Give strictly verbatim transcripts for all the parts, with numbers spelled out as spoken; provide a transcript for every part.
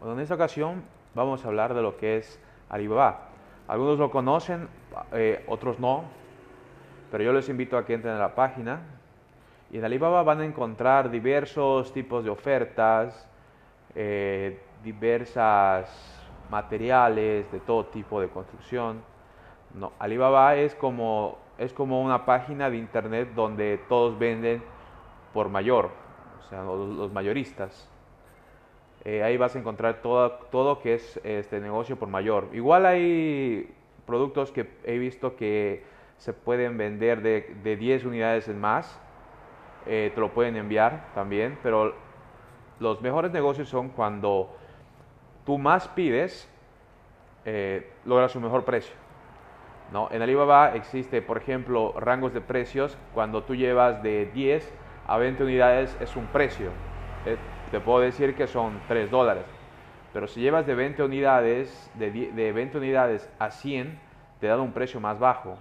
Bueno, en esta ocasión vamos a hablar de lo que es Alibaba. Algunos lo conocen, eh, otros no, pero yo les invito a que entren a la página y en Alibaba van a encontrar diversos tipos de ofertas, eh, diversas materiales de todo tipo de construcción. No, Alibaba es como, es como una página de internet donde todos venden por mayor, o sea, los, los mayoristas. Eh, ahí vas a encontrar todo, todo que es este negocio por mayor. Igual hay productos que he visto que se pueden vender de, de diez unidades en más, eh, te lo pueden enviar también, pero los mejores negocios son cuando tú más pides, eh, logras un mejor precio. ¿No? En Alibaba existe, por ejemplo, rangos de precios. Cuando tú llevas de diez a veinte unidades es un precio. Eh, te puedo decir que son tres dólares. Pero si llevas de veinte unidades, de, de veinte unidades a cien, te dan un precio más bajo.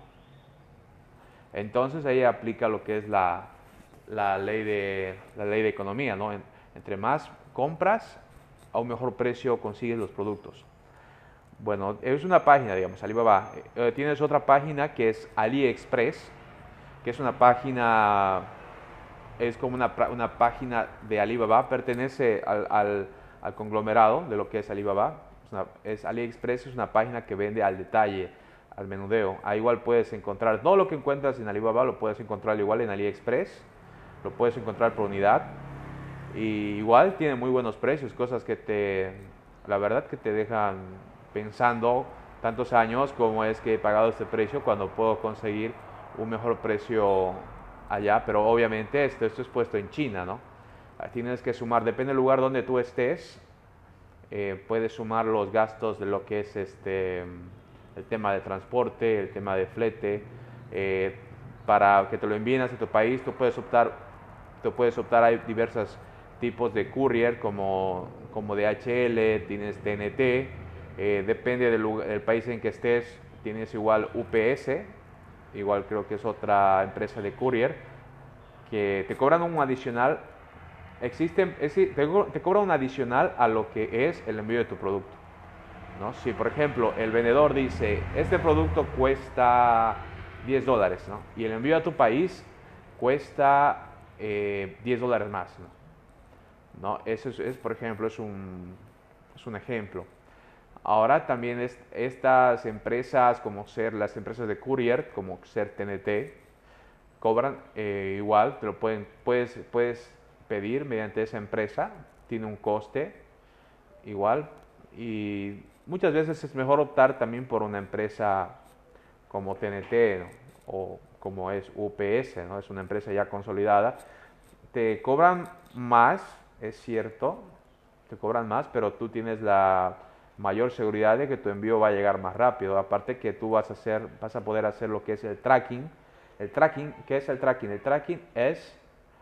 Entonces ahí aplica lo que es la, la, ley, de, la ley de economía, ¿no? En, entre más compras, a un mejor precio consigues los productos. Bueno, es una página, digamos, Alibaba. Eh, tienes otra página que es AliExpress, que es una página, es como una, una página de Alibaba, pertenece al, al, al conglomerado de lo que es Alibaba. Es, una, es AliExpress es una página que vende al detalle, al menudeo. Ahí igual puedes encontrar, todo lo que encuentras en Alibaba lo puedes encontrar igual en AliExpress, lo puedes encontrar por unidad. Y igual tiene muy buenos precios, cosas que te, la verdad que te dejan pensando tantos años cómo es que he pagado este precio cuando puedo conseguir un mejor precio allá, pero obviamente esto, esto es puesto en China, ¿no? Tienes que sumar, depende del lugar donde tú estés, eh, puedes sumar los gastos de lo que es este, el tema de transporte, el tema de flete, eh, para que te lo envíen hacia tu país, tú puedes optar, tú puedes optar, hay diversas tipos de courier como, como D H L, tienes T N T, eh, depende del, lugar, del país en que estés, tienes igual U P S, igual creo que es otra empresa de courier, que te cobran un adicional, existe, te, te cobran un adicional a lo que es el envío de tu producto, ¿no? Si por ejemplo el vendedor dice, este producto cuesta diez dólares, ¿no? Y el envío a tu país cuesta eh, diez dólares más, ¿no? ¿No? Eso es, es, por ejemplo, es un, es un ejemplo. Ahora también es, estas empresas, como ser las empresas de courier, como ser T N T, cobran eh, igual, te lo pueden, puedes, puedes pedir mediante esa empresa, tiene un coste igual, y muchas veces es mejor optar también por una empresa como T N T, ¿no? O como es U P S, ¿no? Es una empresa ya consolidada. Te cobran más, es cierto, te cobran más, pero tú tienes la mayor seguridad de que tu envío va a llegar más rápido. Aparte que tú vas a hacer, vas a poder hacer lo que es el tracking. El tracking, ¿qué es el tracking? El tracking es,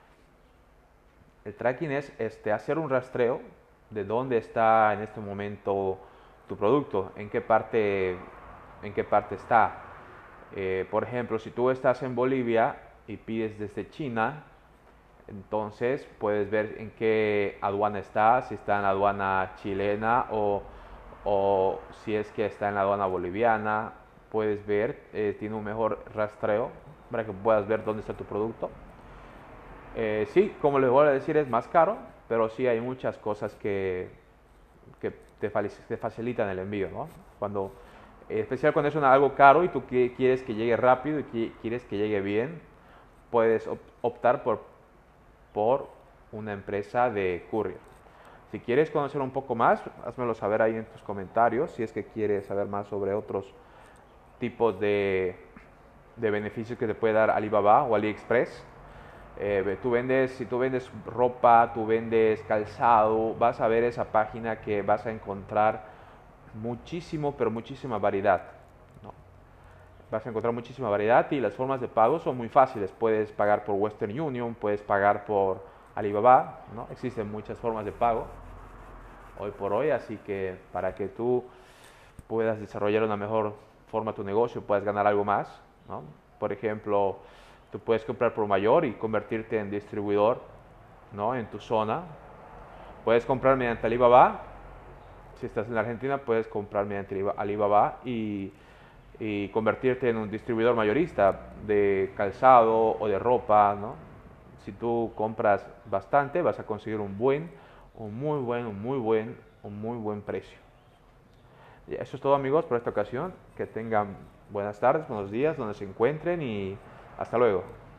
el tracking es este, hacer un rastreo de dónde está en este momento tu producto, en qué parte, en qué parte está. Eh, por ejemplo, si tú estás en Bolivia y pides desde China, entonces puedes ver en qué aduana está, si está en la aduana chilena o, o si es que está en la aduana boliviana. Puedes ver, eh, tiene un mejor rastreo para que puedas ver dónde está tu producto. Eh, sí, como les voy a decir, es más caro, pero sí hay muchas cosas que, que te, te facilitan el envío, ¿no? Cuando, en especial cuando es una, algo caro y tú quieres que llegue rápido y quieres que llegue bien, puedes optar por por una empresa de courier. Si quieres conocer un poco más, házmelo saber ahí en tus comentarios, si es que quieres saber más sobre otros tipos de, de beneficios que te puede dar Alibaba o AliExpress. Eh, tú vendes, si tú vendes ropa, tú vendes calzado, vas a ver esa página que vas a encontrar muchísimo, pero muchísima variedad, ¿no? Vas a encontrar muchísima variedad y las formas de pago son muy fáciles. Puedes pagar por Western Union, puedes pagar por Alibaba, ¿no? Existen muchas formas de pago hoy por hoy, así que para que tú puedas desarrollar una mejor forma tu negocio, puedas ganar algo más, ¿no? Por ejemplo, tú puedes comprar por mayor y convertirte en distribuidor, ¿no? En tu zona. Puedes comprar mediante Alibaba Si estás en la Argentina, puedes comprar mediante Alibaba y, y convertirte en un distribuidor mayorista de calzado o de ropa, ¿no? Si tú compras bastante, vas a conseguir un buen, un muy buen, un muy buen, un muy buen precio. Y eso es todo, amigos, por esta ocasión. Que tengan buenas tardes, buenos días, donde se encuentren y hasta luego.